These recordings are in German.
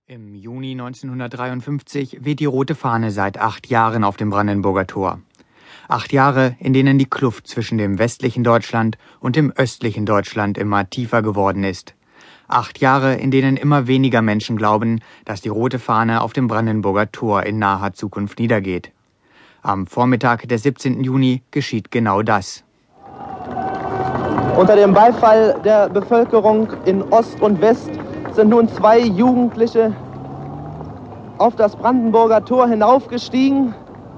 Im Juni 1953 weht die rote Fahne seit 8 Jahren auf dem Brandenburger Tor. 8 Jahre, in denen die Kluft zwischen dem westlichen Deutschland und dem östlichen Deutschland immer tiefer geworden ist. 8 Jahre, in denen immer weniger Menschen glauben, dass die rote Fahne auf dem Brandenburger Tor in naher Zukunft niedergeht. Am Vormittag des 17. Juni geschieht genau das. Unter dem Beifall der Bevölkerung in Ost und West sind nun 2 Jugendliche auf das Brandenburger Tor hinaufgestiegen.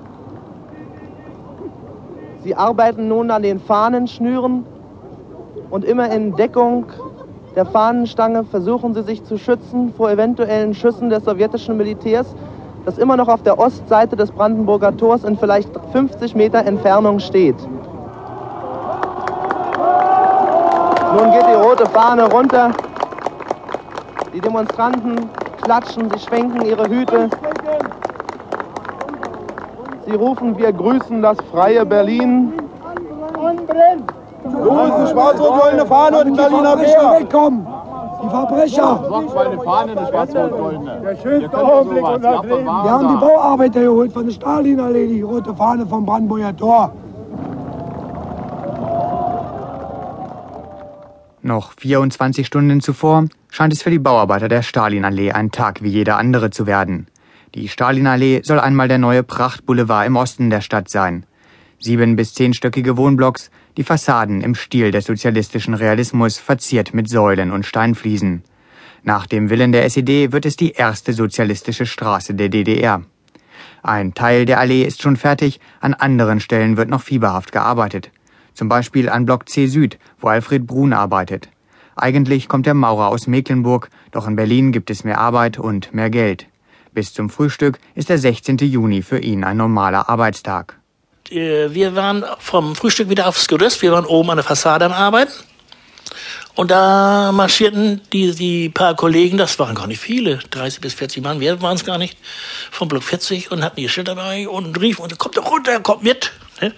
Sie arbeiten nun an den Fahnenschnüren und immer in Deckung der Fahnenstange versuchen sie sich zu schützen vor eventuellen Schüssen des sowjetischen Militärs, das immer noch auf der Ostseite des Brandenburger Tors in vielleicht 50 Meter Entfernung steht. Nun geht die rote Fahne runter. Die Demonstranten klatschen, sie schwenken ihre Hüte. Sie rufen: Wir grüßen das freie Berlin. Wo ist die schwarz-rot-goldene Fahne und die Berliner Bär? Wegkommen! Die Verbrecher! Was für eine Fahne, eine schwarz-rot-goldene. Der schönste Augenblick unseres Lebens. Wir haben die Bauarbeiter geholt von der Stalinallee, die rote Fahne vom Brandenburger Tor. Noch 24 Stunden zuvor scheint es für die Bauarbeiter der Stalinallee ein Tag wie jeder andere zu werden. Die Stalinallee soll einmal der neue Prachtboulevard im Osten der Stadt sein. 7- bis 10-stöckige Wohnblocks, die Fassaden im Stil des sozialistischen Realismus verziert mit Säulen und Steinfliesen. Nach dem Willen der SED wird es die erste sozialistische Straße der DDR. Ein Teil der Allee ist schon fertig, an anderen Stellen wird noch fieberhaft gearbeitet. Zum Beispiel an Block C Süd, wo Alfred Brun arbeitet. Eigentlich kommt der Maurer aus Mecklenburg, doch in Berlin gibt es mehr Arbeit und mehr Geld. Bis zum Frühstück ist der 16. Juni für ihn ein normaler Arbeitstag. Wir waren vom Frühstück wieder aufs Gerüst, wir waren oben an der Fassade am Arbeiten. Und da marschierten die paar Kollegen, das waren gar nicht viele, 30 bis 40 Mann, wir waren es gar nicht, vom Block 40 und hatten ihr Schild dabei und riefen, und kommt doch runter, kommt mit.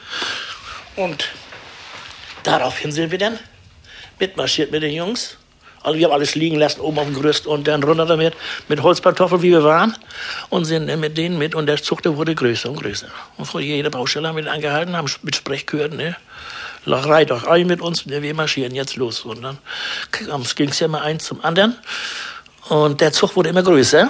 Und daraufhin sind wir dann mitmarschiert mit den Jungs. Also wir haben alles liegen lassen oben auf dem Gerüst und dann runter damit, mit Holzpantoffeln, wie wir waren, und sind dann mit denen mit, und der Zug, der wurde größer und größer. Und vor jeder Baustelle haben wir den angehalten, haben mit Sprechchören, reiht doch ein mit uns, wir marschieren jetzt los. Und dann ging es ja immer eins zum anderen, und der Zug wurde immer größer.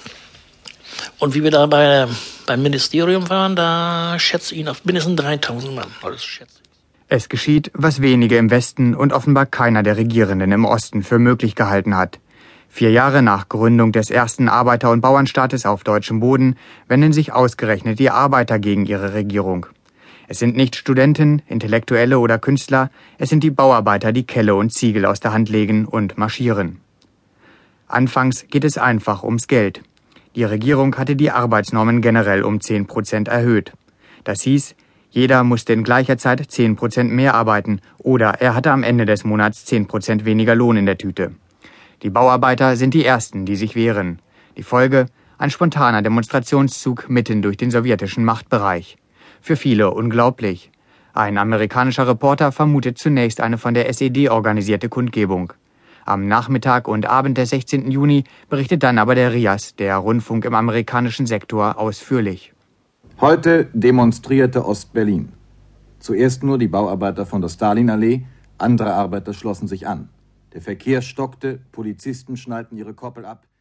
Und wie wir da beim Ministerium waren, da schätze ich ihn auf mindestens 3000 Mann. Das schätze ich. Es geschieht, was wenige im Westen und offenbar keiner der Regierenden im Osten für möglich gehalten hat. 4 Jahre nach Gründung des ersten Arbeiter- und Bauernstaates auf deutschem Boden wenden sich ausgerechnet die Arbeiter gegen ihre Regierung. Es sind nicht Studenten, Intellektuelle oder Künstler, es sind die Bauarbeiter, die Kelle und Ziegel aus der Hand legen und marschieren. Anfangs geht es einfach ums Geld. Die Regierung hatte die Arbeitsnormen generell um 10% erhöht. Das hieß, jeder musste in gleicher Zeit 10% mehr arbeiten oder er hatte am Ende des Monats 10% weniger Lohn in der Tüte. Die Bauarbeiter sind die Ersten, die sich wehren. Die Folge? Ein spontaner Demonstrationszug mitten durch den sowjetischen Machtbereich. Für viele unglaublich. Ein amerikanischer Reporter vermutet zunächst eine von der SED organisierte Kundgebung. Am Nachmittag und Abend des 16. Juni berichtet dann aber der RIAS, der Rundfunk im amerikanischen Sektor, ausführlich. Heute demonstrierte Ostberlin. Zuerst nur die Bauarbeiter von der Stalinallee, andere Arbeiter schlossen sich an. Der Verkehr stockte, Polizisten schnallten ihre Koppel ab.